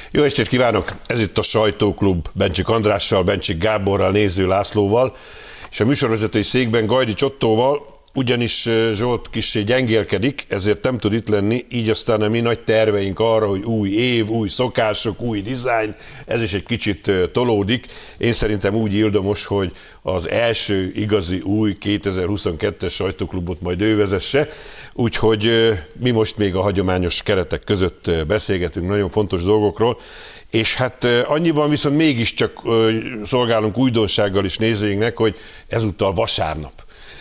Jó estét kívánok! Ez itt a Sajtóklub Bencsik Andrással, Bencsik Gáborral, Néző Lászlóval, és a műsorvezetői székben Gajdics Ottóval, ugyanis Zsolt kissé gyengélkedik, ezért nem tud itt lenni, így aztán a mi nagy terveink arra, hogy új év, új szokások, új dizájn, ez is egy kicsit tolódik. Én szerintem úgy ildomos, hogy az első igazi új 2022-es Sajtóklubot majd ő vezesse, úgyhogy mi most még a hagyományos keretek között beszélgetünk nagyon fontos dolgokról, és hát annyiban viszont mégiscsak szolgálunk újdonsággal is nézőinknek, hogy ezúttal vasárnap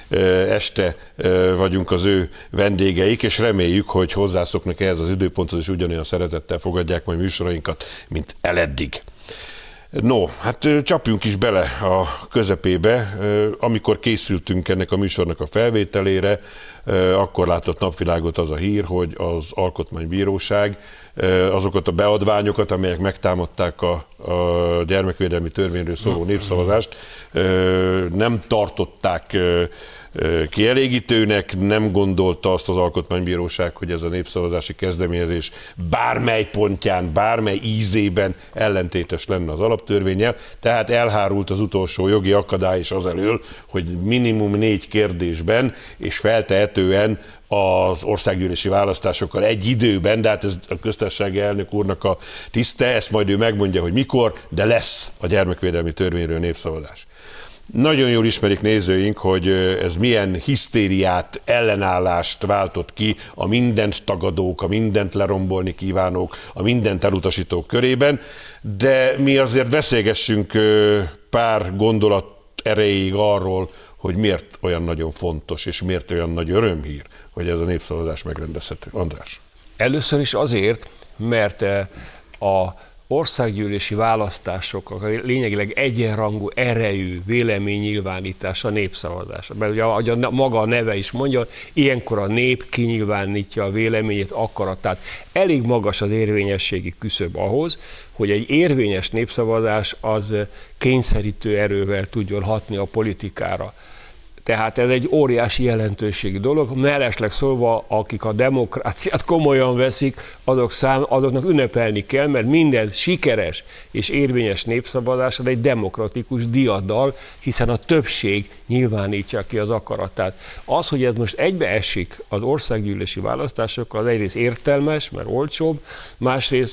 este vagyunk az ő vendégeik, és reméljük, hogy hozzászoknak ehhez az időponthoz, és ugyanolyan szeretettel fogadják majd műsorainkat, mint eleddig. No, hát csapjunk is bele a közepébe. Amikor készültünk ennek a műsornak a felvételére, akkor látott napvilágot az a hír, hogy az Alkotmánybíróság azokat a beadványokat, amelyek megtámadták a gyermekvédelmi törvényről szóló népszavazást, nem tartották kielégítőnek, nem gondolta azt az Alkotmánybíróság, hogy ez a népszavazási kezdeményezés bármely pontján, bármely ízében ellentétes lenne az alaptörvénnyel, tehát elhárult az utolsó jogi akadály is az elől, hogy minimum 4 kérdésben, és feltehetően az országgyűlési választásokkal egy időben, de hát ez a köztársasági elnök úrnak a tiszte, ezt majd ő megmondja, hogy mikor, de lesz a gyermekvédelmi törvényről népszavazás. Nagyon jól ismerik nézőink, hogy ez milyen hisztériát, ellenállást váltott ki a mindent tagadók, a mindent lerombolni kívánók, a mindent elutasítók körében, de mi azért beszélgessünk pár gondolat erejéig arról, hogy miért olyan nagyon fontos, és miért olyan nagy örömhír, hogy ez a népszavazás megrendezhető. András. Először is azért, mert a országgyűlési választások a lényegileg egyenrangú erejű véleménynyilvánítása, népszavazása. Mert ugye, ahogy maga a neve is mondja, ilyenkor a nép kinyilvánítja a véleményét, akaratát. Elég magas az érvényességi küszöb ahhoz, hogy egy érvényes népszavazás az kényszerítő erővel tudjon hatni a politikára. Tehát ez egy óriási jelentőségi dolog, mellesleg szólva, akik a demokráciát komolyan veszik, azoknak ünnepelni kell, mert minden sikeres és érvényes népszavazás egy demokratikus diadal, hiszen a többség nyilvánítja ki az akaratát. Az, hogy ez most egybeesik az országgyűlési választásokkal, az egyrészt értelmes, mert olcsóbb, másrészt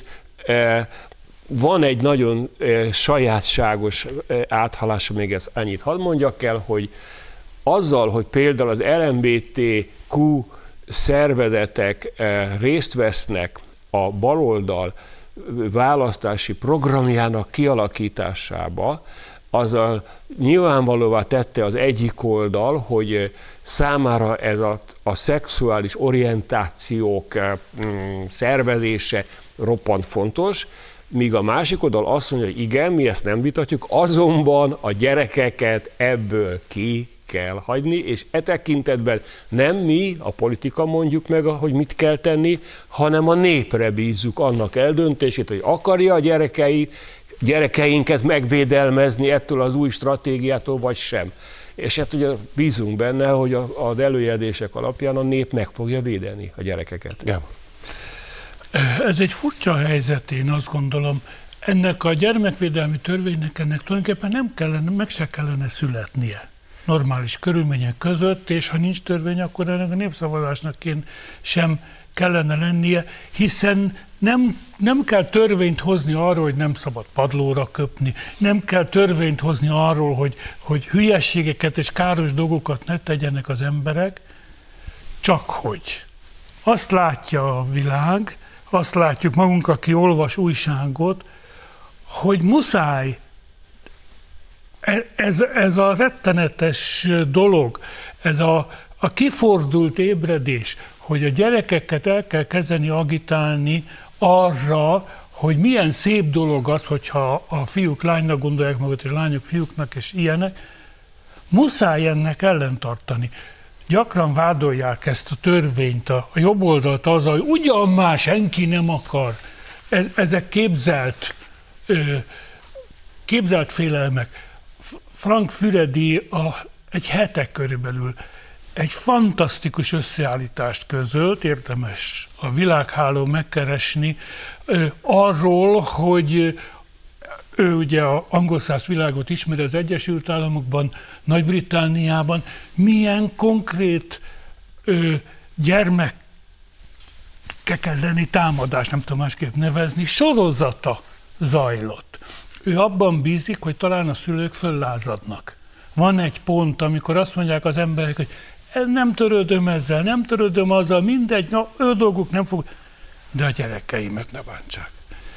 van egy nagyon sajátságos áthalása, még ezt annyit hadd mondjak el, hogy azzal, hogy például az LMBTQ szervezetek részt vesznek a baloldal választási programjának kialakításába, azzal nyilvánvalóvá tette az egyik oldal, hogy számára ez a szexuális orientációk szervezése roppant fontos, míg a másik oldal azt mondja, hogy igen, mi ezt nem vitatjuk, azonban a gyerekeket ebből ki kell hagyni, és e tekintetben nem mi, a politika mondjuk meg, hogy mit kell tenni, hanem a népre bízzuk annak eldöntését, hogy akarja a gyerekeinket megvédelmezni ettől az új stratégiától, vagy sem. És hát ugye bízunk benne, hogy az előjelzések alapján a nép meg fogja védeni a gyerekeket. Ja. Ez egy furcsa helyzet, én azt gondolom. Ennek a gyermekvédelmi törvénynek tulajdonképpen meg se kellene születnie normális körülmények között, és ha nincs törvény, akkor ennek a népszavazásnak sem kellene lennie, hiszen nem kell törvényt hozni arról, hogy nem szabad padlóra köpni, nem kell törvényt hozni arról, hogy hülyességeket és káros dolgokat ne tegyenek az emberek, csak hogy azt látja a világ, azt látjuk magunk, aki olvas újságot, hogy muszáj ez a rettenetes dolog, ez a kifordult ébredés, hogy a gyerekeket el kell kezdeni agitálni arra, hogy milyen szép dolog az, hogyha a fiúk lánynak gondolják magukat, és lányok fiúknak, és ilyenek, muszáj ennek ellentartani. Gyakran vádolják ezt a törvényt, a jobb oldalt azzal, hogy ugyan már senki nem akar. Ezek képzelt félelmek. Frank Füredi egy hete körülbelül egy fantasztikus összeállítást közölt, érdemes a világhálón megkeresni, arról, hogy ő ugye az angol száz világot ismeri az Egyesült Államokban, Nagy-Britanniában, milyen konkrét gyermekek elleni támadás, nem tudom másképp nevezni, sorozata zajlott. Ő abban bízik, hogy talán a szülők föllázadnak. Van egy pont, amikor azt mondják az emberek, hogy nem törődöm ezzel, nem törődöm azzal, mindegy, ő dolguk nem fog, de a gyerekeimet ne bántsák.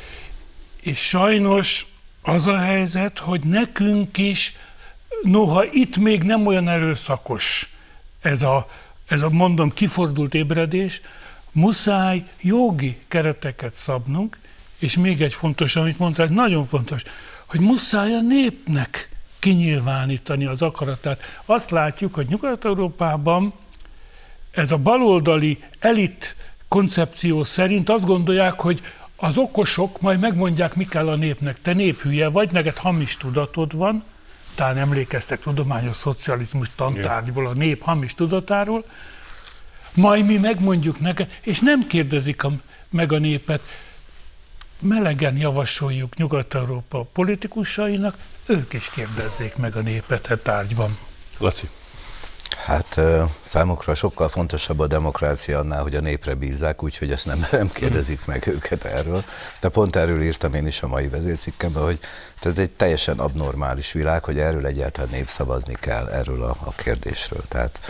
És sajnos az a helyzet, hogy nekünk is, noha itt még nem olyan erőszakos ez a mondom kifordult ébredés, muszáj jogi kereteket szabnunk, és még egy fontos, amit mondtál, ez nagyon fontos, hogy muszáj a népnek kinyilvánítani az akaratát. Azt látjuk, hogy Nyugat-Európában ez a baloldali elit koncepció szerint azt gondolják, hogy az okosok majd megmondják, mi kell a népnek. Te néphülye vagy, neked hamis tudatod van, talán emlékeztek tudományos szocializmus tantárgyból a nép hamis tudatáról, majd mi megmondjuk neked, és nem kérdezik meg a népet. Melegen javasoljuk Nyugat-Európa politikusainak, ők is kérdezzék meg a népet e tárgyban. Laci. Hát számukra sokkal fontosabb a demokrácia annál, hogy a népre bízzák, úgyhogy ezt nem kérdezik meg őket erről. De pont erről írtam én is a mai vezércikkemben, hogy ez egy teljesen abnormális világ, hogy erről egyáltalán népszavazni kell, erről a kérdésről. Tehát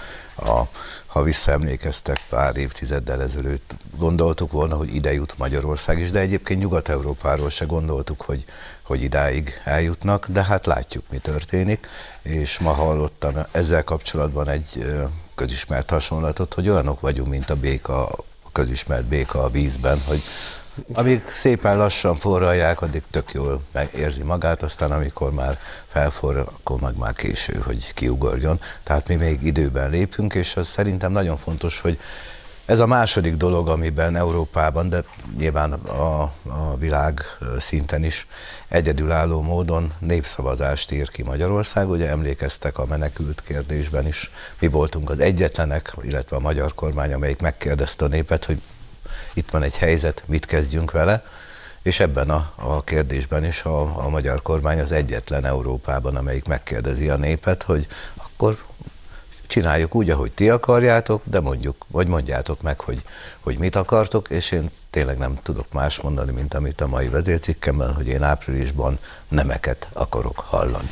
ha visszaemlékeztek pár évtizeddel ezelőtt, gondoltuk volna, hogy ide jut Magyarország is, de egyébként Nyugat-Európáról se gondoltuk, hogy idáig eljutnak, de hát látjuk, mi történik, és ma hallottam ezzel kapcsolatban egy közismert hasonlatot, hogy olyanok vagyunk, mint a béka, a közismert béka a vízben, hogy amíg szépen lassan forralják, addig tök jól érzi magát, aztán amikor már felforral, akkor meg már késő, hogy kiugorjon. Tehát mi még időben lépünk, és az szerintem nagyon fontos, hogy ez a második dolog, amiben Európában, de nyilván a világ szinten is egyedülálló módon népszavazást ír ki Magyarország. Ugye emlékeztek a menekült kérdésben is, mi voltunk az egyetlenek, illetve a magyar kormány, amelyik megkérdezte a népet, hogy itt van egy helyzet, mit kezdjünk vele, és ebben a kérdésben is a magyar kormány az egyetlen Európában, amelyik megkérdezi a népet, hogy akkor csináljuk úgy, ahogy ti akarjátok, de mondjátok meg, hogy mit akartok, és én tényleg nem tudok más mondani, mint amit a mai vezércikkemben, hogy én áprilisban nemeket akarok hallani.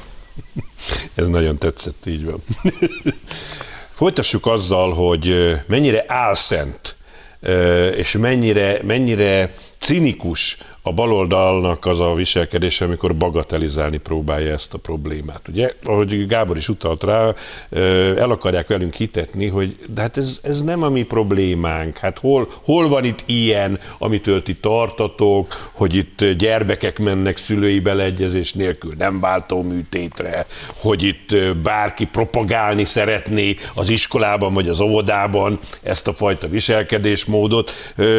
Ez nagyon tetszett, így van. Folytassuk azzal, hogy mennyire álszent és mennyire cinikus a baloldalnak az a viselkedése, amikor bagatelizálni próbálja ezt a problémát. Ugye, ahogy Gábor is utalt rá, el akarják velünk hitetni, hogy de hát ez nem a mi problémánk. Hát hol van itt ilyen, amitől ti tartatok, hogy itt gyermekek mennek szülői beleegyezés nélkül nem váltó műtétre, hogy itt bárki propagálni szeretné az iskolában vagy az óvodában ezt a fajta viselkedésmódot,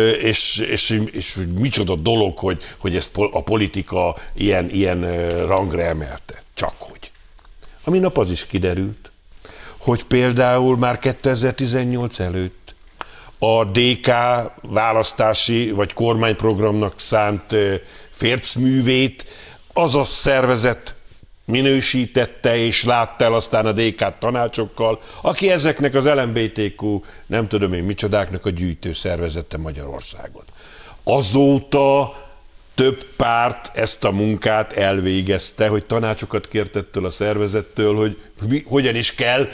és micsoda dolog, hogy ezt a politika ilyen rangra emelte. Csak hogy. A minap az is kiderült, hogy például már 2018 előtt a DK választási vagy kormányprogramnak szánt fércművét az a szervezet minősítette és látta el aztán a DK tanácsokkal, aki ezeknek az LMBTQ, nem tudom én micsodáknak a gyűjtő szervezete Magyarországon. Azóta több párt ezt a munkát elvégezte, hogy tanácsokat kért ettől a szervezettől, hogy hogyan is kell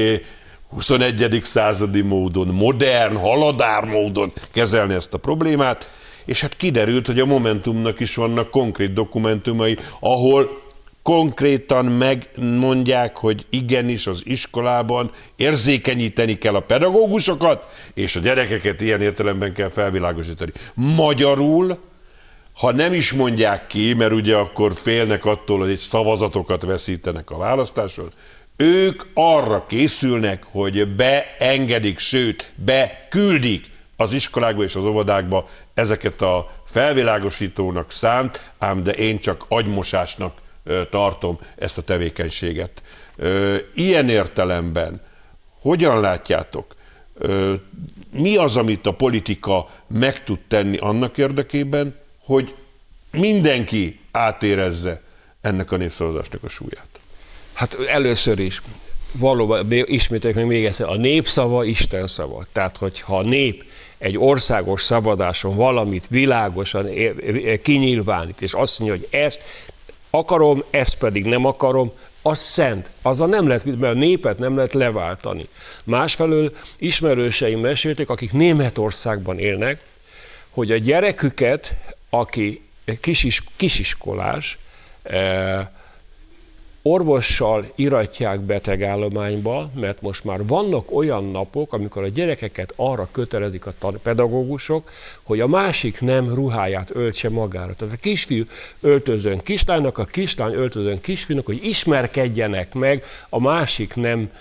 21. századi módon, modern, haladár módon kezelni ezt a problémát, és hát kiderült, hogy a Momentumnak is vannak konkrét dokumentumai, ahol konkrétan megmondják, hogy igenis az iskolában érzékenyíteni kell a pedagógusokat, és a gyerekeket ilyen értelemben kell felvilágosítani. Magyarul, ha nem is mondják ki, mert ugye akkor félnek attól, hogy szavazatokat veszítenek a választáson, ők arra készülnek, hogy beengedik, sőt, beküldik az iskolákba és az óvodákba ezeket a felvilágosítónak szánt, ám de én csak agymosásnak tartom ezt a tevékenységet. Ilyen értelemben, hogyan látjátok, mi az, amit a politika meg tud tenni annak érdekében, hogy mindenki átérezze ennek a népszavazásnak a súlyát? Hát először is, valóban ismételjük meg még egyszer, a népszava Isten szava. Tehát, hogyha a nép egy országos szavazáson valamit világosan kinyilvánít, és azt mondja, hogy ezt akarom, ezt pedig nem akarom, az szent. Azzal nem lehet, mert a népet nem lehet leváltani. Másfelől ismerőseim mesélték, akik Németországban élnek, hogy a gyereküket, aki kisiskolás, orvossal iratják betegállományba, mert most már vannak olyan napok, amikor a gyerekeket arra kötelezik a pedagógusok, hogy a másik nem ruháját öltse magára. Tehát a kisfiú öltözön kislánynak, a kislány öltözön kisfiúnak, hogy ismerkedjenek meg a másik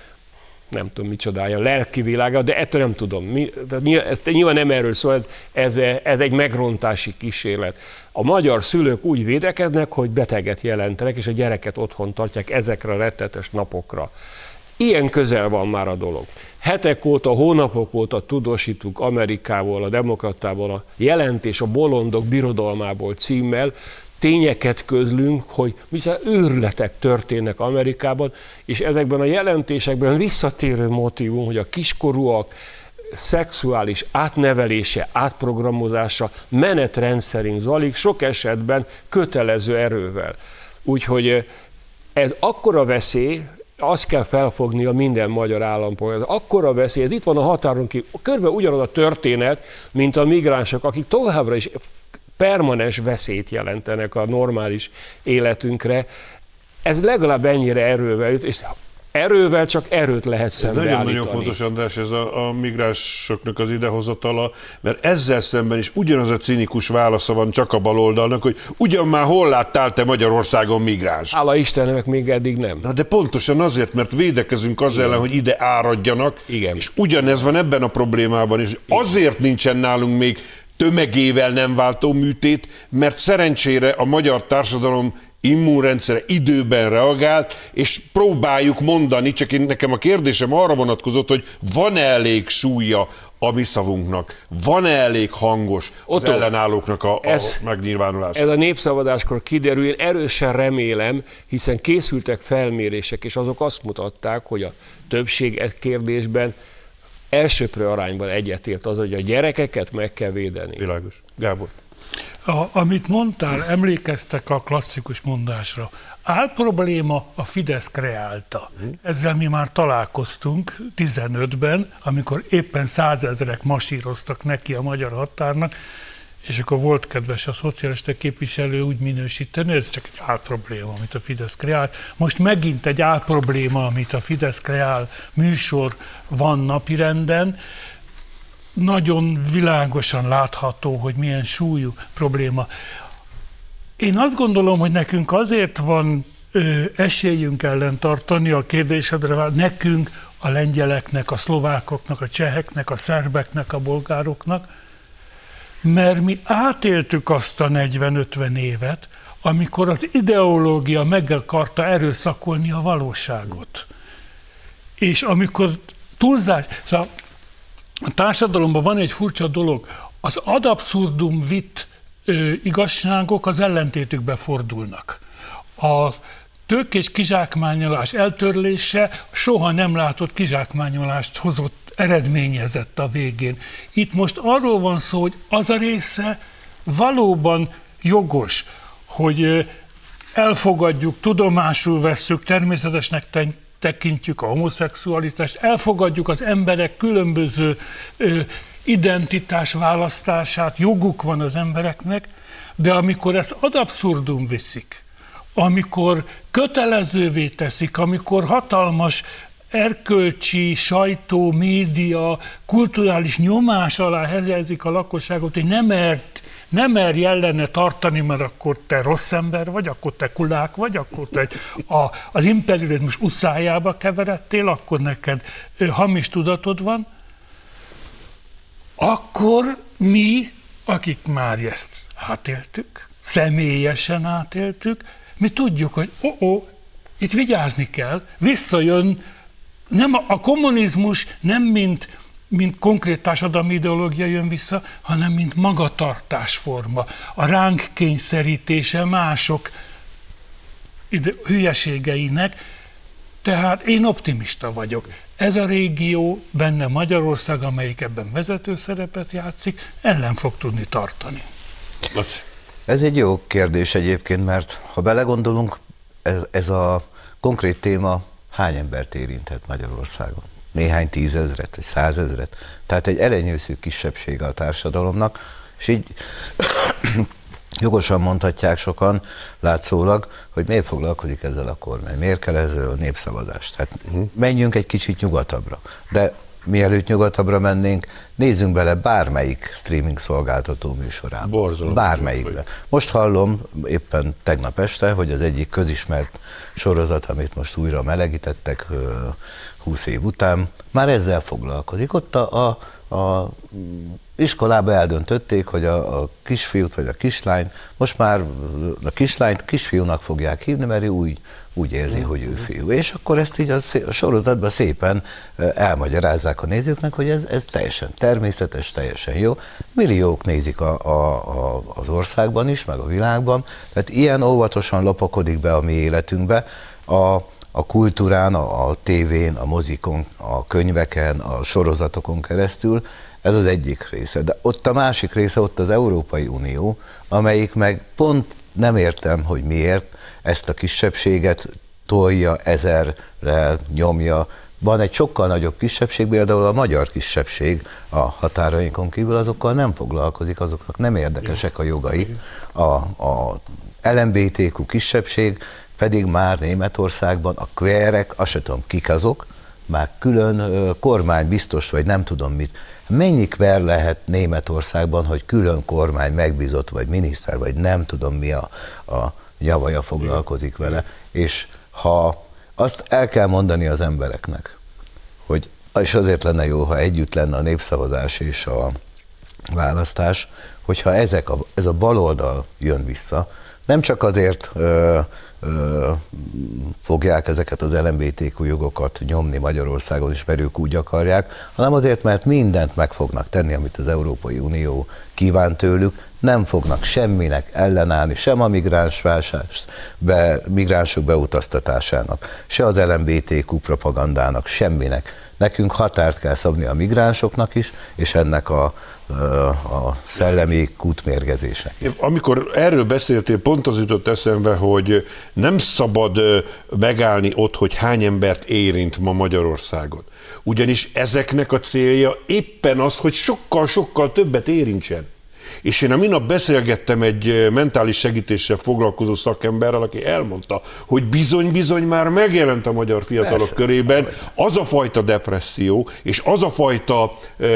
nem tudom micsodája, lelki világa, de ettől nem tudom. Nyilván nem erről szól, ez egy megrontási kísérlet. A magyar szülők úgy védekeznek, hogy beteget jelentenek, és a gyereket otthon tartják ezekre a rettetes napokra. Ilyen közel van már a dolog. Hetek óta, hónapok óta tudósítunk Amerikából, a demokratából a Jelentés a bolondok birodalmából címmel, tényeket közlünk, hogy micsoda őrületek történnek Amerikában, és ezekben a jelentésekben visszatérő motívum, hogy a kiskorúak szexuális átnevelése, átprogramozása menetrend szerint zajlik, sok esetben kötelező erővel. Úgyhogy ez akkora veszély, azt kell felfognia minden magyar állampolgár. Ez akkora veszély, ez itt van a határon kívül. Körülbelül ugyanaz a történet, mint a migránsok, akik továbbra is permanens veszélyt jelentenek a normális életünkre. Ez legalább ennyire erővel, és erővel csak erőt lehet szembeállítani. Nagyon fontos, András, ez a migránsoknak az idehozatala, mert ezzel szemben is ugyanaz a cinikus válasza van csak a baloldalnak, hogy ugyan már hol láttál te Magyarországon migráns? Hála Istennek még eddig nem. Na de pontosan azért, mert védekezünk az ellen, hogy ide áradjanak, és ugyanez van ebben a problémában, és azért nincsen nálunk még tömegével nem váltó műtét, mert szerencsére a magyar társadalom immunrendszere időben reagált, és próbáljuk mondani, csak nekem a kérdésem arra vonatkozott, hogy van-e elég súlya a mi szavunknak, van-e elég hangos az ellenállóknak a megnyilvánulása? Ez a népszavazáskor kiderül, én erősen remélem, hiszen készültek felmérések, és azok azt mutatták, hogy a többség egy kérdésben elsőprő arányban egyetért az, hogy a gyerekeket meg kell védeni. Világos. Gábor. Amit mondtál, emlékeztek a klasszikus mondásra. Álprobléma a Fidesz kreálta. Ezzel mi már találkoztunk 15-ben, amikor éppen 100 000-ek masíroztak neki a magyar határnak, és akkor volt kedves a szocialista képviselő úgy minősíteni, ez csak egy álprobléma, amit a Fidesz kreál. Most megint egy álprobléma, amit a Fidesz kreál, műsor van napirenden. Nagyon világosan látható, hogy milyen súlyú probléma. Én azt gondolom, hogy nekünk azért van esélyünk ellen tartani a kérdésedre, nekünk, a lengyeleknek, a szlovákoknak, a cseheknek, a szerbeknek, a bolgároknak, mert mi átéltük azt a 40-50 évet, amikor az ideológia meg akarta erőszakolni a valóságot. És amikor túlzás... Szóval a társadalomban van egy furcsa dolog, az ad absurdum vitt igazságok az ellentétükbe fordulnak. A tőkés kizsákmányolás eltörlése soha nem látott kizsákmányolást hozott, eredményezett a végén. Itt most arról van szó, hogy az a része valóban jogos, hogy elfogadjuk, tudomásul vesszük, természetesnek tekintjük a homoszexualitást, elfogadjuk az emberek különböző identitás választását, joguk van az embereknek, de amikor ezt ad abszurdum viszik, amikor kötelezővé teszik, amikor hatalmas erkölcsi, sajtó, média, kulturális nyomás alá helyezik a lakosságot, hogy nem mer ellene tartani, mert akkor te rossz ember vagy, akkor te kulák vagy, akkor te az imperializmus uszájába keveredtél, akkor neked hamis tudatod van, akkor mi, akik már ezt átéltük, személyesen átéltük, mi tudjuk, hogy itt vigyázni kell, visszajön Nem a kommunizmus nem mint konkrét társadalmi ideológia jön vissza, hanem mint magatartásforma. A ránk kényszerítése mások hülyeségeinek. Tehát én optimista vagyok. Ez a régió, benne Magyarország, amelyik ebben vezető szerepet játszik, ellen fog tudni tartani. Ez egy jó kérdés egyébként, mert ha belegondolunk, ez a konkrét téma hány embert érinthet Magyarországon? Néhány tízezret, vagy százezret. Tehát egy elenyőszű kisebbsége a társadalomnak, és így jogosan mondhatják sokan, látszólag, hogy miért foglalkozik ezzel a kormány, miért kell ezzel a népszavazás. Tehát menjünk egy kicsit nyugatabbra. De mielőtt nyugatabbra mennénk, nézzünk bele bármelyik streaming szolgáltató műsorába. Borzalom. Bármelyikbe. Most hallom éppen tegnap este, hogy az egyik közismert sorozat, amit most újra melegítettek 20 év után, már ezzel foglalkozik. Ott a iskolába eldöntötték, hogy a kisfiút vagy a kislányt, most már a kislányt kisfiúnak fogják hívni, mert ő úgy érzi, hogy ő fiú. És akkor ezt így a sorozatban szépen elmagyarázzák a nézőknek, hogy ez teljesen természetes, teljesen jó. Milliók nézik az országban is, meg a világban. Tehát ilyen óvatosan lopakodik be a mi életünkbe, a kultúrán, a tévén, a mozikon, a könyveken, a sorozatokon keresztül. Ez az egyik része. De ott a másik része, ott az Európai Unió, amelyik meg pont nem értem, hogy miért ezt a kisebbséget tolja, ezerrel nyomja. Van egy sokkal nagyobb kisebbség, például a magyar kisebbség a határainkon kívül, azokkal nem foglalkozik, azoknak nem érdekesek a jogai. A LMBTQ kisebbség pedig már Németországban a queerek, azt sem tudom kik azok, már külön kormány biztos, vagy nem tudom mit. Mennyi queer lehet Németországban, hogy külön kormány megbízott, vagy miniszter, vagy nem tudom mi a nyavaja foglalkozik vele. És ha azt el kell mondani az embereknek, hogy és azért lenne jó, ha együtt lenne a népszavazás és a választás, hogyha ez a baloldal jön vissza, nem csak azért fogják ezeket az LMBTQ jogokat nyomni Magyarországon is, mert ők úgy akarják, hanem azért, mert mindent meg fognak tenni, amit az Európai Unió kíván tőlük, nem fognak semminek ellenállni, sem a migránsok beutaztatásának, se az LMBTQ propagandának, semminek. Nekünk határt kell szabni a migránsoknak is, és ennek a szellemi kútmérgezésnek. Amikor erről beszéltél, pont az jutott eszembe, hogy nem szabad megállni ott, hogy hány embert érint ma Magyarországon. Ugyanis ezeknek a célja éppen az, hogy sokkal-sokkal többet érintsen. És én a minap beszélgettem egy mentális segítéssel foglalkozó szakemberrel, aki elmondta, hogy bizony-bizony már megjelent a magyar fiatalok körében az a fajta depresszió, és az a fajta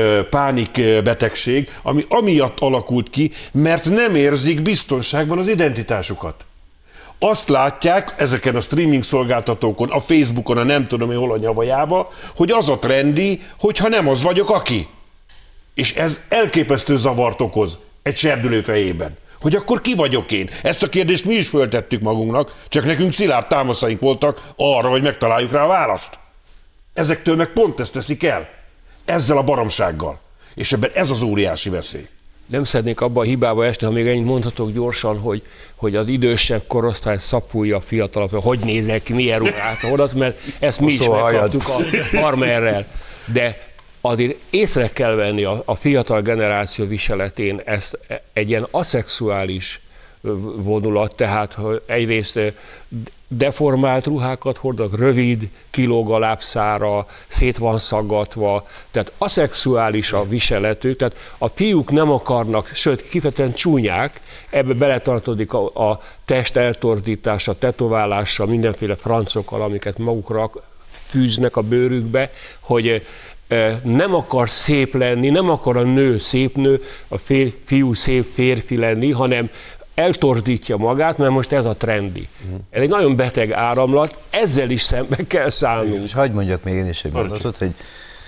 pánikbetegség, ami amiatt alakult ki, mert nem érzik biztonságban az identitásukat. Azt látják ezeken a streaming szolgáltatókon, a Facebookon, a nem tudom én hol a nyavajába, hogy az a trendi, hogyha nem az vagyok, aki. És ez elképesztő zavart okoz egy serdülő fejében. Hogy akkor ki vagyok én? Ezt a kérdést mi is föltettük magunknak, csak nekünk szilárd támaszaink voltak arra, hogy megtaláljuk rá a választ. Ezektől meg pont ezt teszik el. Ezzel a baromsággal. És ebben ez az óriási veszély. Nem szeretnék abba a hibába esni, ha még ennyit mondhatok gyorsan, hogy az idősebb korosztály szapulja a fiatalabb, hogy nézel ki, milyen ruhát hordat, mert ezt mi is megkaptuk a farmerrel. De azért észre kell venni a fiatal generáció viseletén ezt egy ilyen aszexuális vonulat, tehát hogy egyrészt deformált ruhákat hordnak, rövid, kilóg a lábszára, szét van szaggatva, tehát aszexuális a viseletük, tehát a fiúk nem akarnak, sőt, kifejezetten csúnyák, ebbe beletartozik a test eltorzítása, tetoválása, mindenféle francokkal, amiket magukra fűznek a bőrükbe, hogy nem akar szép lenni, nem akar a nő szép nő, a fiú szép férfi lenni, hanem eltorzítja magát, mert most ez a trendi. Ez egy nagyon beteg áramlat, ezzel is szembe kell szállnunk. És hadd mondjak még én is egy mondatot, hogy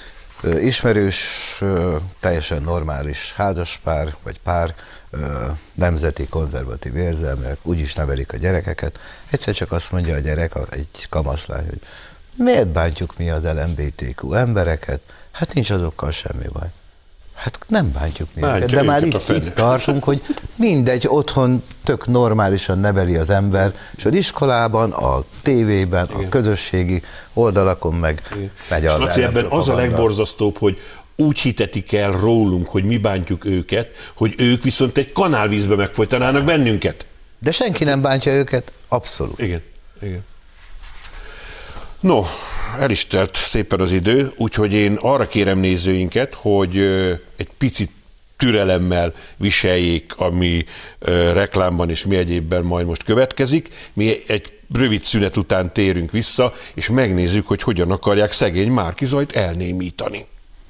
ismerős, teljesen normális házaspár, vagy pár, nemzeti konzervatív érzelmek, úgyis nevelik a gyerekeket. Egyszer csak azt mondja a gyerek, egy kamaszlány, hogy Miért bántjuk mi az LMBTQ embereket? Hát nincs azokkal semmi baj. Hát nem bántjuk mi őket, de már itt tartunk, hogy mindegy, otthon tök normálisan neveli az ember, és az iskolában, a tévében, a közösségi oldalakon meg megy az Laci, ebben az a legborzasztóbb, hogy úgy hitetik el rólunk, hogy mi bántjuk őket, hogy ők viszont egy kanálvízbe megfojtanának bennünket. De senki nem bántja őket, abszolút. Igen, igen. No, el is telt szépen az idő, úgyhogy én arra kérem nézőinket, hogy egy picit türelemmel viseljék, ami reklámban és mi egyébben majd most következik. Mi egy rövid szünet után térünk vissza, és megnézzük, hogy hogyan akarják szegény Márki-Zajt elnémítani.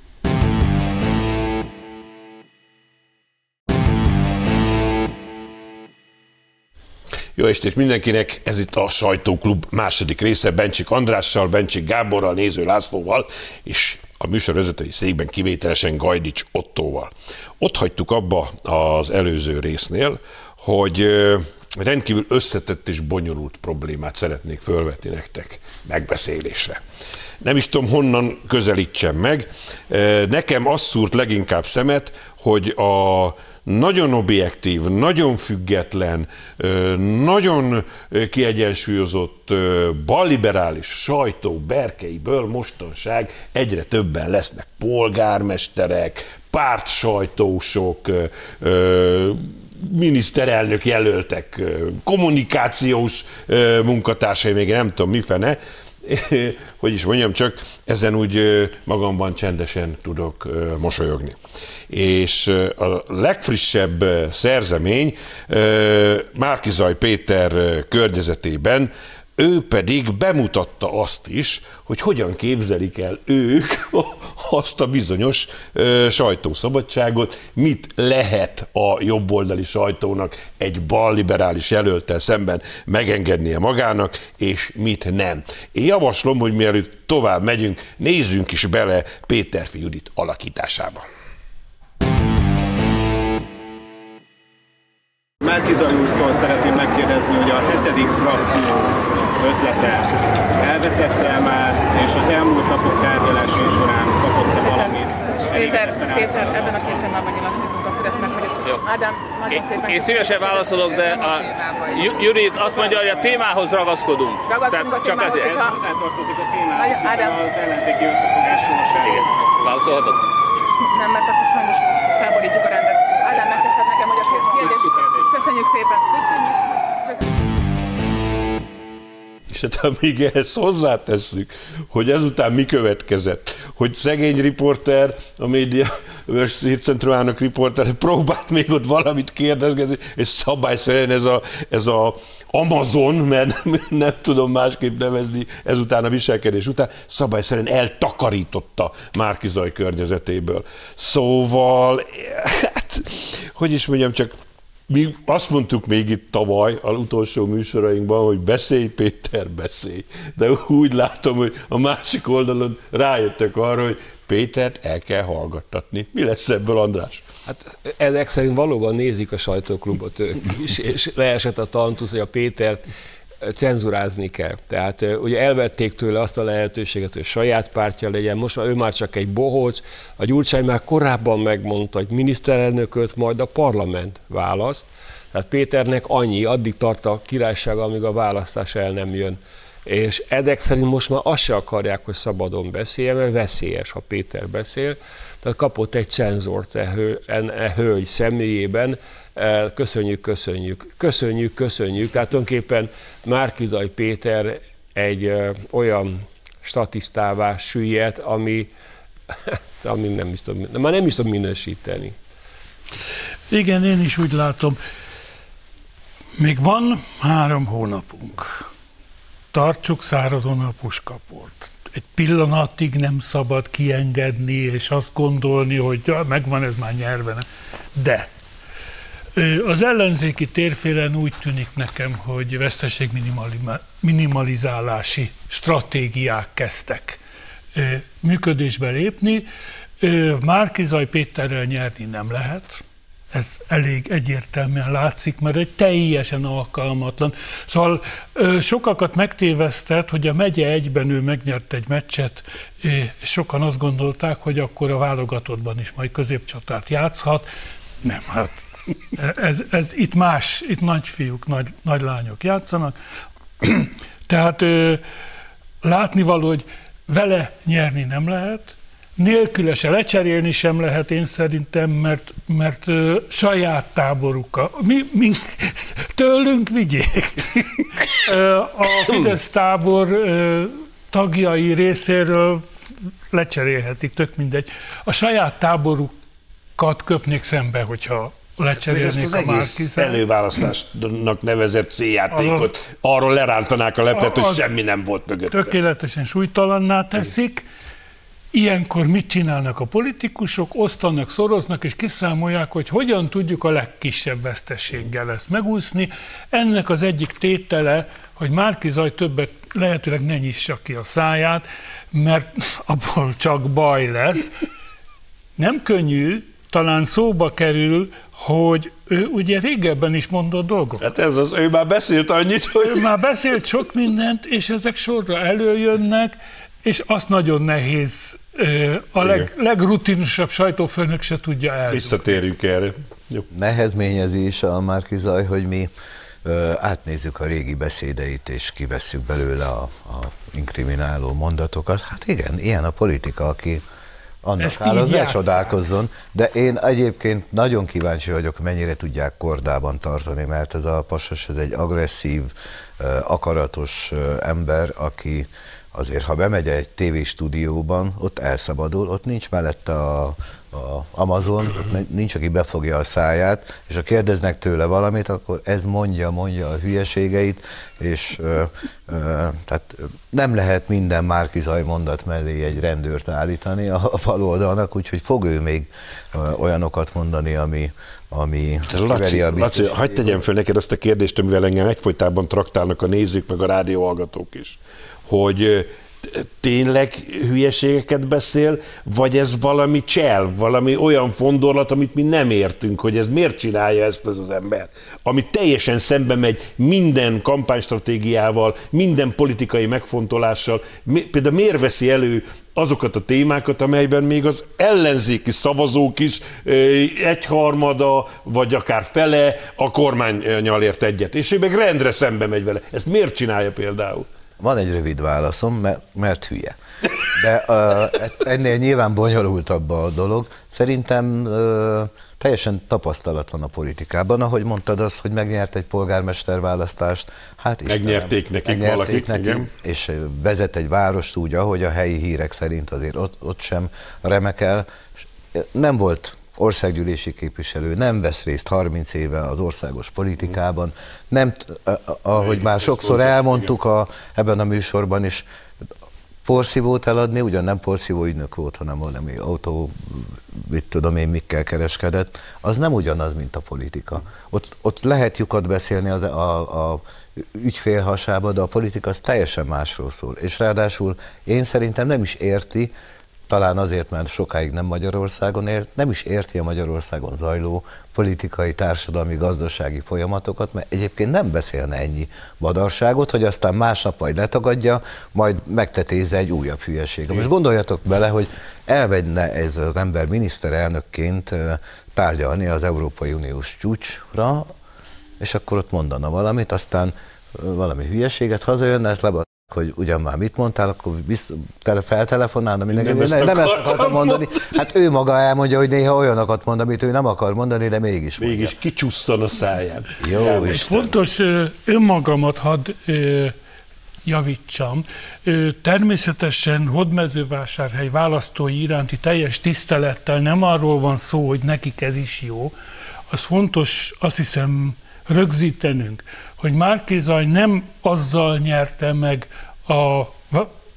Jó estét mindenkinek, ez itt a Sajtóklub második része Bencsik Andrással, Bencsik Gáborral, Néző Lászlóval, és a műsorvezetői székben kivételesen Gajdics Ottóval. Ott hagytuk abba az előző résznél, hogy rendkívül összetett és bonyolult problémát szeretnék fölvetni nektek megbeszélésre. Nem is tudom, honnan közelítsem meg. Nekem az szúrt leginkább szemet, hogy a nagyon objektív, nagyon független, nagyon kiegyensúlyozott balliberális sajtó berkeiből mostanság egyre többen lesznek polgármesterek, pártsajtósok, miniszterelnök jelöltek, kommunikációs munkatársai, még nem tudom mifene, hogy is mondjam, csak ezen úgy magamban csendesen tudok mosolyogni. És a legfrissebb szerzemény Márki-Zaj Péter környezetében, ő pedig bemutatta azt is, hogy hogyan képzelik el ők azt a bizonyos sajtószabadságot, mit lehet a jobboldali sajtónak egy balliberális jelölttel szemben megengednie magának, és mit nem. Én javaslom, hogy mielőtt tovább megyünk, nézzünk is bele Péterfi Judit alakításába. Márki-Zaj úrtól szeretném megkérdezni, hogy a 7. frakció ötlete elvetette már, és az elmúlt napok tárgyalásai során kapott-e valamit? Péter, ebben a két témában nyilatkozunk, akkor ezt meghagyjuk. Ádám, nagyon szépen. Én szívesen válaszolok, de a Judit azt mondja, hogy a témához ragaszkodunk. Ragaszkodunk a témához, csak Ez hozzátartozik a témához, hiszen az ellenzéki összefogás sorságon. Válaszolhatod? Nem, mert akkor sajnos felborítjuk a rendet. Ádám, megteszed nekem, hogy a kérdést. Köszönjük szépen. Köszönjük szépen. És hát amíg ehhez hozzátesszük, hogy ezután mi következett, hogy szegény riporter, a média hírcentrumának riporter próbált még ott valamit kérdezni, és szabályszerűen ez a Amazon, mert nem tudom másképp nevezni ezután a viselkedés után, szabályszerűen eltakarította Márki-Zaj környezetéből. Szóval, hát, hogy is mondjam, csak mi azt mondtuk még itt tavaly, az utolsó műsorainkban, hogy beszélj, Péter, beszélj. De úgy látom, hogy a másik oldalon rájöttek arra, hogy Pétert el kell hallgattatni. Mi lesz ebből, András? Hát ezek szerint valóban nézik a Sajtóklubot ők is, és leesett a tantusz, hogy a Pétert cenzurázni kell. Tehát ugye elvették tőle azt a lehetőséget, hogy saját pártja legyen, most már ő már csak egy bohóc, a Gyurcsány már korábban megmondta, hogy miniszterelnököt majd a parlament választ, tehát Péternek annyi, addig tart a királysága, amíg a választás el nem jön. És ezek szerint most már azt se akarják, hogy szabadon beszéljen, mert veszélyes, ha Péter beszél. Tehát kapott egy cenzort hölgy személyében. Köszönjük. Tehát tulajdonképpen Márki-Zaj Péter egy olyan statisztává süllyedt, ami már nem is tudom minősíteni. Igen, én is úgy látom. Még van 3 hónapunk. Tartsuk szárazon a puskaport. Egy pillanatig nem szabad kiengedni, és azt gondolni, hogy ja, megvan, ez már nyerve. De az ellenzéki térfélen úgy tűnik nekem, hogy veszteségminimalizálási stratégiák kezdtek működésbe lépni. Márki-Zaj Péterrel nyerni nem lehet. Ez elég egyértelműen látszik, mert egy teljesen alkalmatlan. Szóval sokakat megtévesztett, hogy a megye egyben ő megnyert egy meccset, és sokan azt gondolták, hogy akkor a válogatottban is majd középcsatárt játszhat. Nem, hát ez itt más, itt nagyfiúk, nagy lányok játszanak. Tehát látnivaló, hogy vele nyerni nem lehet, nélküle se lecserélni sem lehet, én szerintem, mert saját táborukkal. Tőlünk vigyék. A Fidesz tábor tagjai részéről lecserélhetik, tök mindegy. A saját táborukat köpnék szembe, hogyha lecserélnék ezt a az egész előválasztásnak nevezett céljátékot, arról lerántanák a leplet, hogy semmi nem volt mögötte. Tökéletesen súlytalanná teszik. Ilyenkor mit csinálnak a politikusok? Osztanak, szoroznak, és kiszámolják, hogy hogyan tudjuk a legkisebb veszteséggel ezt megúszni. Ennek az egyik tétele, hogy Márki-Zay többet lehetőleg ne nyissa ki a száját, mert abból csak baj lesz. Nem könnyű, talán szóba kerül, hogy ő ugye régebben is mondott dolgokat. Hát ez az, ő már beszélt annyit, hogy... Ő már beszélt sok mindent, és ezek sorra előjönnek, és azt nagyon nehéz, a legrutinosabb sajtófőnök se tudja eldugni. Visszatérjünk erre. Jó. Nehezményezi is a Márki-Zay, hogy mi átnézzük a régi beszédeit, és kivesszük belőle a inkrimináló mondatokat. Hát igen, ilyen a politika, aki annak áll, az ne csodálkozzon, de én egyébként nagyon kíváncsi vagyok, mennyire tudják kordában tartani, mert ez a pasas, ez egy agresszív, akaratos ember, aki azért, ha bemegy egy tévéstúdióban, ott elszabadul, ott nincs mellette a Amazon, ott nincs, aki befogja a száját, és ha kérdeznek tőle valamit, akkor ez mondja a hülyeségeit, és tehát nem lehet minden Márki-Zay mondat mellé egy rendőrt állítani a baloldalnak, úgyhogy fog ő még olyanokat mondani, ami kiveri a Laci, hagyd tegyem föl neked azt a kérdést, amivel engem egyfolytában traktálnak a nézők, meg a rádióhallgatók is, hogy tényleg hülyeségeket beszél, vagy ez valami csel, valami olyan fondorlat, amit mi nem értünk, hogy ez miért csinálja ezt az ember, ami teljesen szembe megy minden kampánystratégiával, minden politikai megfontolással. Például miért veszi elő azokat a témákat, amelyben még az ellenzéki szavazók is egyharmada, vagy akár fele a kormánnyal ért egyet, és ő meg rendre szembe megy vele. Ezt miért csinálja például? Van egy rövid válaszom, mert hülye. De ennél nyilván bonyolultabb a dolog. Szerintem teljesen tapasztalatlan a politikában. Ahogy mondtad azt, hogy megnyert egy polgármesterválasztást. Hát megnyerték nekik valakik, igen. És vezet egy várost úgy, ahogy a helyi hírek szerint azért ott sem remekel. Nem volt országgyűlési képviselő, nem vesz részt 30 éve az országos politikában, nem, ahogy már sokszor elmondtuk ebben a műsorban is, porszívót eladni, ugyan nem porszívó ügynök volt, hanem valami autó, mit tudom én, mikkel kereskedett, az nem ugyanaz, mint a politika. Ott lehet lyukat beszélni a ügyfél hasába, de a politika az teljesen másról szól. És ráadásul én szerintem nem is érti, talán azért, mert sokáig nem Magyarországon élt, nem is érti a Magyarországon zajló politikai, társadalmi, gazdasági folyamatokat, mert egyébként nem beszélne ennyi badarságot, hogy aztán másnap majd letagadja, majd megtetézze egy újabb hülyeséget. Most gondoljatok bele, hogy elvegyne ez az ember miniszterelnökként tárgyalni az Európai Uniós csúcsra, és akkor ott mondana valamit, aztán valami hülyeséget, hazajönne, ezt hogy ugyan már mit mondtál, akkor feltelefonálna mindenki. Nem ezt akartam mondani. Hát ő maga elmondja, hogy néha olyanokat mond, amit ő nem akar mondani, de mégis mondja. Mégis kicsusszan a száján. Jó, és fontos önmagamat hadd javítsam. Természetesen Hódmezővásárhely választói iránti teljes tisztelettel nem arról van szó, hogy nekik ez is jó. Az fontos, azt hiszem, rögzítenünk, hogy Márki-Zay nem azzal nyerte meg a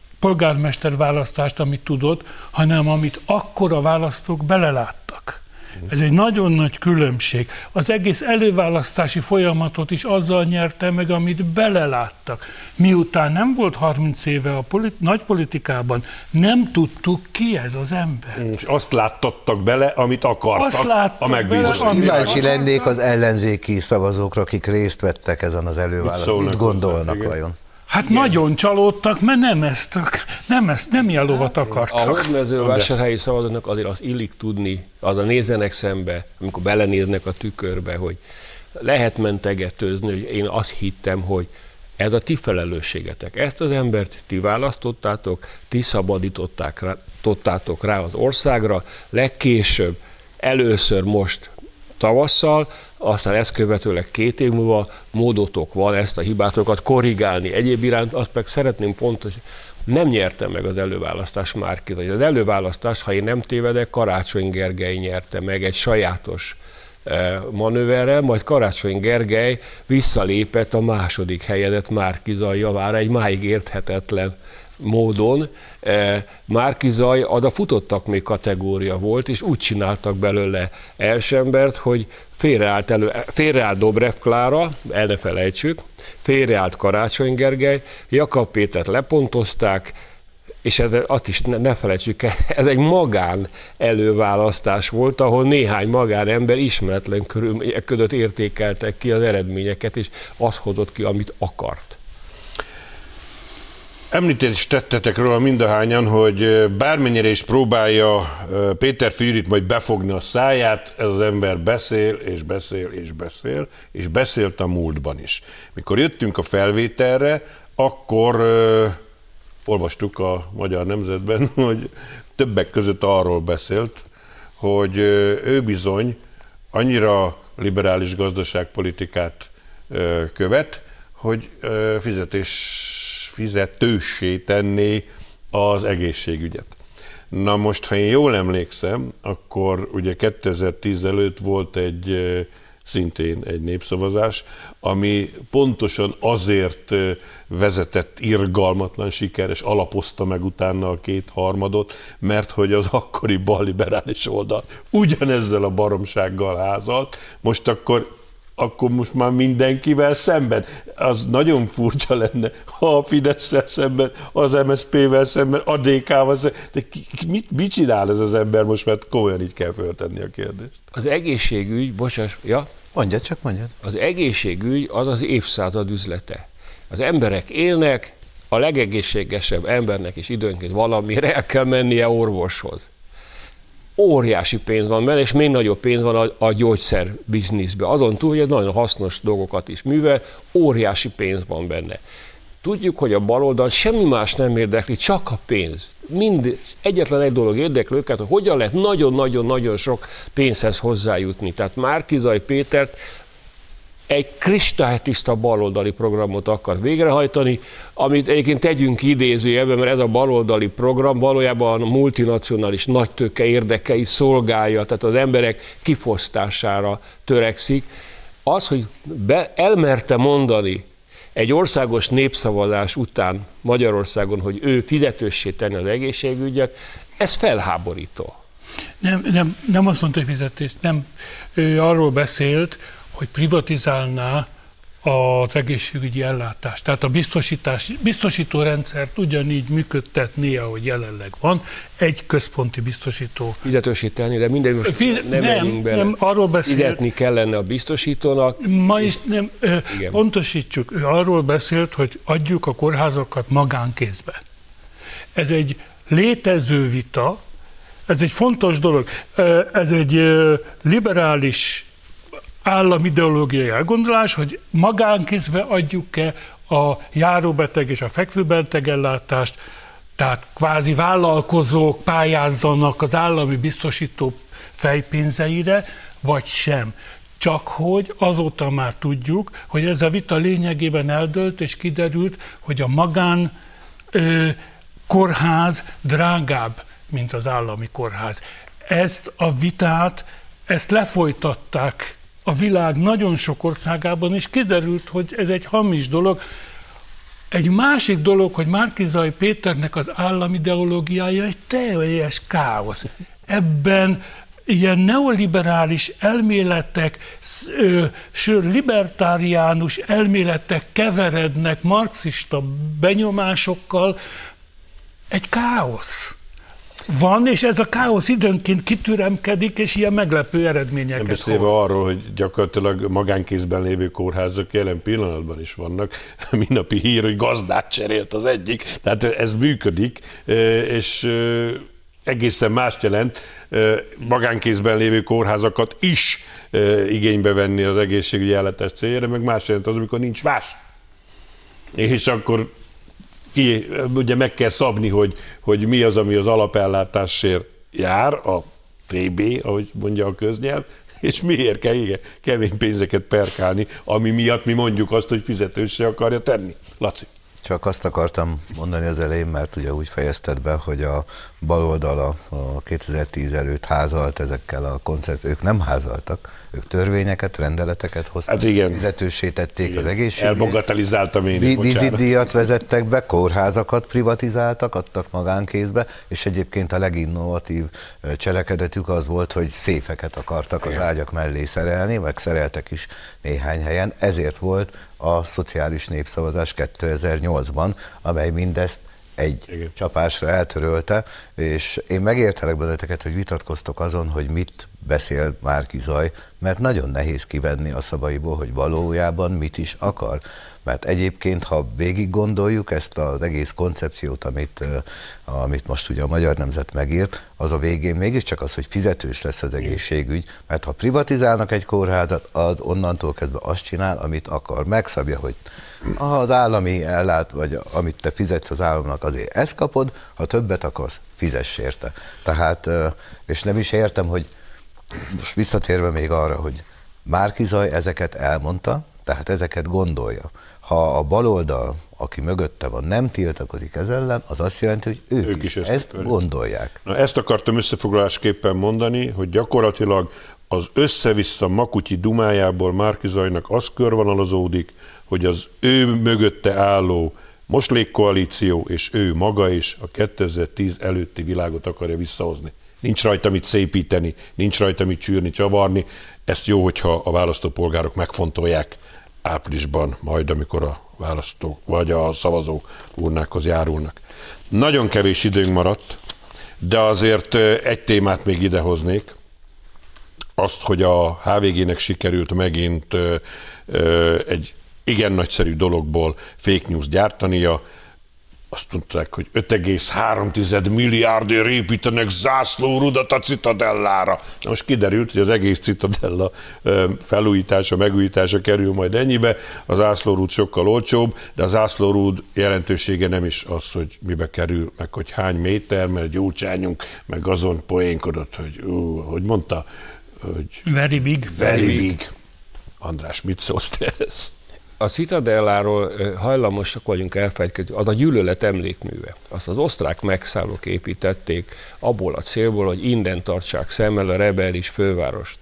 polgármester választást, amit tudott, hanem amit akkor a választók beleláttak. Ez egy nagyon nagy különbség. Az egész előválasztási folyamatot is azzal nyerte meg, amit beleláttak. Miután nem volt 30 éve a nagy politikában, nem tudtuk, ki ez az ember. És azt láttattak bele, amit akartak a megbízásra. Kíváncsi lennék az ellenzéki szavazókra, akik részt vettek ezen az előválasztáson. Mit gondolnak vajon? Hát igen. Nagyon csalódtak, mert nem ilyen lovat akartak. A hódmezővásárhelyi szavazóknak azért azt illik tudni, az nézzenek szembe, amikor belenéznek a tükörbe, hogy lehet mentegetőzni, hogy én azt hittem, hogy ez a ti felelősségetek. Ezt az embert ti választottátok, ti szabadítottátok rá az országra, legkésőbb, először most tavasszal, aztán ezt követőleg 2 év múlva módotok van ezt a hibátokat korrigálni. Egyéb iránt azt meg szeretném pontos, nem nyerte meg az előválasztás Márki-Zay. Az előválasztás, ha én nem tévedek, Karácsony Gergely nyerte meg egy sajátos manőverrel, majd Karácsony Gergely visszalépett a második helyedet Márki-Zay javára egy máig érthetetlen módon. Márki-Zay az a futottak még kategória volt, és úgy csináltak belőle első embert, hogy félreállt Dobrev Klára, el ne felejtsük, félreállt Karácsony Gergely, Jakab Pétert lepontozták, és azt is ne felejtsük el, ez egy magán előválasztás volt, ahol néhány magánember ismeretlen körülmények között értékeltek ki az eredményeket, és azt hozott ki, amit akart. Említést tettetek róla mindahányan, hogy bármennyire is próbálja Péter Fűrit majd befogni a száját, ez az ember beszél, és beszél, és beszél, és beszélt a múltban is. Mikor jöttünk a felvételre, akkor olvastuk a Magyar Nemzetben, hogy többek között arról beszélt, hogy ő bizony annyira liberális gazdaságpolitikát követ, hogy fizetőssé tenné az egészségügyet. Na most, ha én jól emlékszem, akkor ugye 2010 előtt volt szintén egy népszavazás, ami pontosan azért vezetett irgalmatlan sikeres, alapozta meg utána a 2/3, mert hogy az akkori balliberális oldal ugyanezzel a baromsággal házalt, most akkor most már mindenkivel szemben. Az nagyon furcsa lenne, ha a Fidesz-szel szemben, az MSZP-vel szemben, a DK-val szemben. De mit csinál ez az ember most, mert komolyan így kell föltenni a kérdést? Az egészségügy, bocsáss, ja? Mondjad. Az egészségügy az az évszázad üzlete. Az emberek élnek, a legegészségesebb embernek is időnként valamire el kell mennie orvoshoz. Óriási pénz van benne, és még nagyobb pénz van a gyógyszer bizniszben. Azon túl, hogy egy nagyon hasznos dolgokat is művel, óriási pénz van benne. Tudjuk, hogy a baloldal semmi más nem érdekli, csak a pénz. Egyetlen egy dolog érdekli őket, hogy hogyan lehet nagyon-nagyon-nagyon sok pénzhez hozzájutni. Tehát Márki-Zay Pétert egy kristálytiszta baloldali programot akar végrehajtani, amit egyébként tegyünk idézőjelben, mert ez a baloldali program valójában a multinacionális nagytőke érdekei szolgálja, tehát az emberek kifosztására törekszik. Az, hogy elmerte mondani egy országos népszavazás után Magyarországon, hogy ő fizetőssé tenni az egészségügyet, ez felháborító. Nem azt mondta, hogy fizetést, nem. Ő arról beszélt, hogy privatizálná az egészségügyi ellátást. Tehát a biztosító rendszert ugyanígy működtetné, ahogy jelenleg van, egy központi biztosító. Fizetősíteni, de minden most nem menjünk bele. Nem, arról beszélt. Fizetni kellene a biztosítónak. Ma is nem, pontosítsuk, ő arról beszélt, hogy adjuk a kórházakat magánkézbe. Ez egy létező vita, ez egy fontos dolog, ez egy liberális államideológiai elgondolás, hogy magánkézbe adjuk-e a járóbeteg és a fekvőbeteg ellátást, tehát kvázi vállalkozók pályázzanak az állami biztosító fejpénzeire, vagy sem. Csak hogy azóta már tudjuk, hogy ez a vita lényegében eldőlt, és kiderült, hogy a magán kórház drágább, mint az állami kórház. Ezt a vitát, ezt lefolytatták a világ nagyon sok országában, és kiderült, hogy ez egy hamis dolog. Egy másik dolog, hogy Márki-Zay Péternek az államideológiája egy teljes káosz. Ebben ilyen neoliberális elméletek, libertáriánus elméletek keverednek marxista benyomásokkal, egy káosz van, és ez a káosz időnként kitüremkedik, és ilyen meglepő eredményeket hoz. Beszélve arról, hogy gyakorlatilag magánkézben lévő kórházak jelen pillanatban is vannak. Mindennapi hír, hogy gazdát cserélt az egyik. Tehát ez működik, és egészen mást jelent magánkézben lévő kórházakat is igénybe venni az egészségügyi ellátás céljára, meg más jelent az, amikor nincs más. És akkor ugye meg kell szabni, hogy mi az, ami az alapellátásért jár, a TB, ahogy mondja a köznyelv, és miért kell kemény pénzeket perkálni, ami miatt mi mondjuk azt, hogy fizetőssé akarja tenni. Laci. Csak azt akartam mondani az elején, mert ugye úgy fejezted be, hogy a baloldal a 2010 előtt házalt ezekkel a ők nem házaltak, ők törvényeket, rendeleteket hoztak, hát igen, fizetőssé tették igen, az egészségügyet. Elbagatelizáltam én is, vízidíjat vezettek be, kórházakat privatizáltak, adtak magánkézbe, és egyébként a leginnovatív cselekedetük az volt, hogy széfeket akartak az ágyak mellé szerelni, meg szereltek is néhány helyen. Ezért volt a szociális népszavazás 2008-ban, amely mindezt egy csapásra eltörölte, és én megértelek benneteket, hogy vitatkoztok azon, hogy mit beszél Márki Zaj, mert nagyon nehéz kivenni a szavaiból, hogy valójában mit is akar. Mert egyébként, ha végig gondoljuk ezt az egész koncepciót, amit most ugye a Magyar Nemzet megírt, az a végén mégiscsak az, hogy fizetős lesz az egészségügy, mert ha privatizálnak egy kórházat, az onnantól kezdve azt csinál, amit akar. Megszabja, hogy az állami ellát, vagy amit te fizetsz az államnak, azért ezt kapod, ha többet akarsz, fizess érte. Tehát, és nem is értem, hogy most visszatérve még arra, hogy Márki Zaj ezeket elmondta, tehát ezeket gondolja. Ha a baloldal, aki mögötte van, nem tiltakozik ez ellen, az azt jelenti, hogy ők is ezt gondolják. Na, ezt akartam összefoglalásképpen mondani, hogy gyakorlatilag az össze-vissza makutyi dumájából Márki Zajnak az körvonalazódik, hogy az ő mögötte álló moslékkoalíció és ő maga is a 2010 előtti világot akarja visszahozni. Nincs rajta mit szépíteni, nincs rajta mit csűrni, csavarni. Ezt jó, hogyha a választópolgárok megfontolják áprilisban, majd amikor a választók vagy a szavazók urnákhoz járulnak. Nagyon kevés időnk maradt, de azért egy témát még idehoznék. Azt, hogy a HVG-nek sikerült megint egy igen nagyszerű dologból fake news gyártania. Azt mondták, hogy 5,3 milliárdért építenek zászlórudat a Citadellára. Na most kiderült, hogy az egész Citadella felújítása, megújítása kerül majd ennyibe, a zászlórúd sokkal olcsóbb, de a zászlórúd jelentősége nem is az, hogy mibe kerül, meg hogy hány méter, mert Gyurcsányunk meg azon poénkodott, hogy mondta, hogy very big. Very big. András, mit szólsz te ez? A Citadelláról hajlamosak vagyunk elfelejtkezni, az a gyűlölet emlékműve. Azt az osztrák megszállók építették abból a célból, hogy innen tartsák szemmel a rebellis fővárost.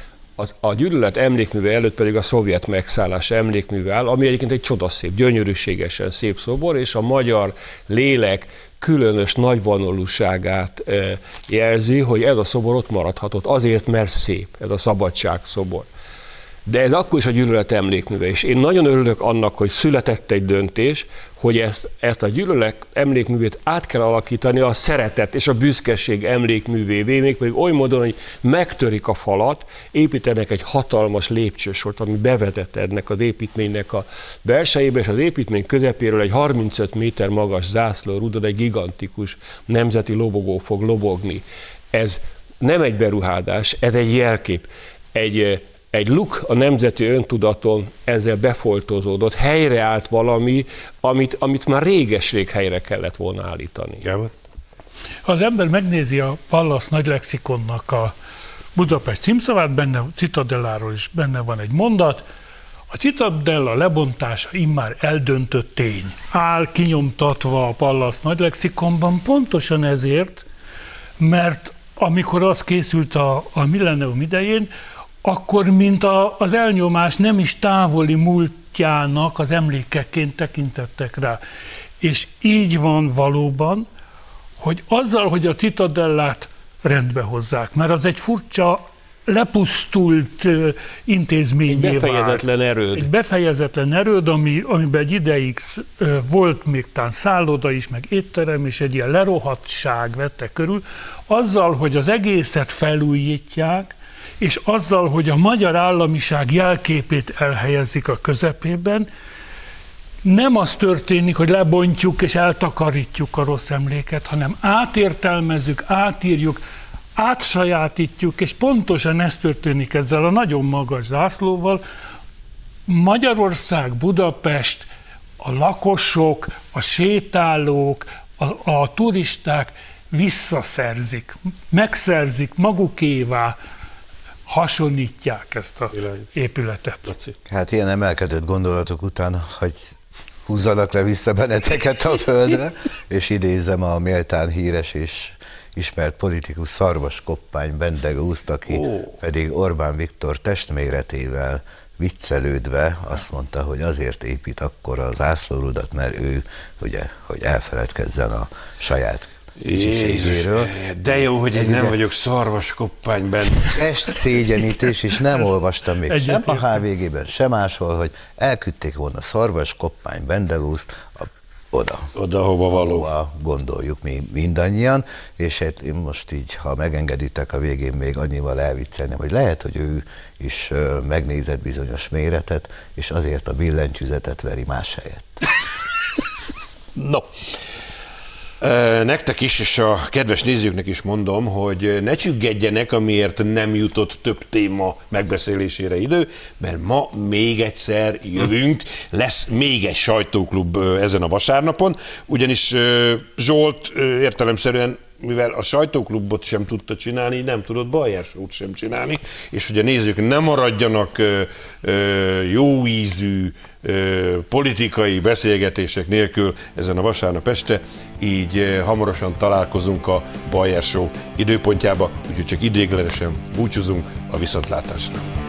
A gyűlölet emlékműve előtt pedig a szovjet megszállás emlékműve áll, ami egyébként egy csodaszép, gyönyörűségesen szép szobor, és a magyar lélek különös nagyvonalúságát jelzi, hogy ez a szobor ott maradhatott azért, mert szép, ez a szabadság szobor. De ez akkor is a gyűlölet emlékműve, és én nagyon örülök annak, hogy született egy döntés, hogy ezt a gyűlölet emlékművét át kell alakítani a szeretet és a büszkeség emlékművévé, mégpedig oly módon, hogy megtörik a falat, építenek egy hatalmas lépcsősort, ami bevetett ennek az építménynek a belsejébe, és az építmény közepéről egy 35 méter magas zászlórúdon egy gigantikus nemzeti lobogó fog lobogni. Ez nem egy beruházás, ez egy jelkép. Egy luk a nemzeti öntudaton ezzel befoltozódott, helyreállt valami, amit már réges-rég helyre kellett volna állítani. Gábor? Ha az ember megnézi a Pallas Nagy Lexikonnak a Budapest címszavát, benne Citadelláról is benne van egy mondat, a Citadella lebontása immár eldöntött tény. Áll kinyomtatva a Pallas Nagy Lexikonban pontosan ezért, mert amikor az készült a millennium idején, akkor mint az elnyomás nem is távoli múltjának az emlékeként tekintettek rá. És így van valóban, hogy azzal, hogy a Citadellát rendbe hozzák, mert az egy furcsa, lepusztult intézményé vált. Befejezetlen erőd. Egy befejezetlen erőd, amiben egy ideig volt még tán szálloda is, meg étterem, és egy ilyen lerohadtság vette körül, azzal, hogy az egészet felújítják, és azzal, hogy a magyar államiság jelképét elhelyezik a közepében, nem az történik, hogy lebontjuk és eltakarítjuk a rossz emléket, hanem átértelmezzük, átírjuk, átsajátítjuk, és pontosan ez történik ezzel a nagyon magas zászlóval. Magyarország, Budapest, a lakosok, a sétálók, a turisták visszaszerzik, megszerzik, magukévá hasonlítják ezt az épületet. Hát ilyen emelkedett gondolatok után, hogy húzzanak le vissza benneteket a földre, és idézem a méltán híres és ismert politikus Szarvas Koppány Bendegúzt, aki pedig Orbán Viktor testméretével viccelődve azt mondta, hogy azért épít akkor az zászlórudat, mert ő, ugye, hogy elfeledkezzen a saját kicsiségéről. De jó, hogy én nem vagyok Szarvas Koppány benne. Est szégyenítés, és nem olvastam még sem a HVG-ben, sem máshol, hogy elküldték volna Szarvas Koppány Bendegúzt oda, hova való. Hova gondoljuk mi mindannyian, és hát én most így, ha megengeditek, a végén még annyival elviccelnem, hogy lehet, hogy ő is megnézett bizonyos méretet, és azért a billentyűzetet veri más helyett. No. Nektek is, és a kedves nézőknek is mondom, hogy ne csüggedjenek, amiért nem jutott több téma megbeszélésére idő, mert ma még egyszer jövünk, lesz még egy sajtóklub ezen a vasárnapon, ugyanis Zsolt értelemszerűen, mivel a sajtóklubot sem tudta csinálni, nem tudott Bayer Show-t sem csinálni, és hogy a nézők nem maradjanak jó ízű politikai beszélgetések nélkül ezen a vasárnap este, így hamarosan találkozunk a Bayer Show időpontjába, úgyhogy csak idéglenesen búcsúzunk, a viszontlátásra.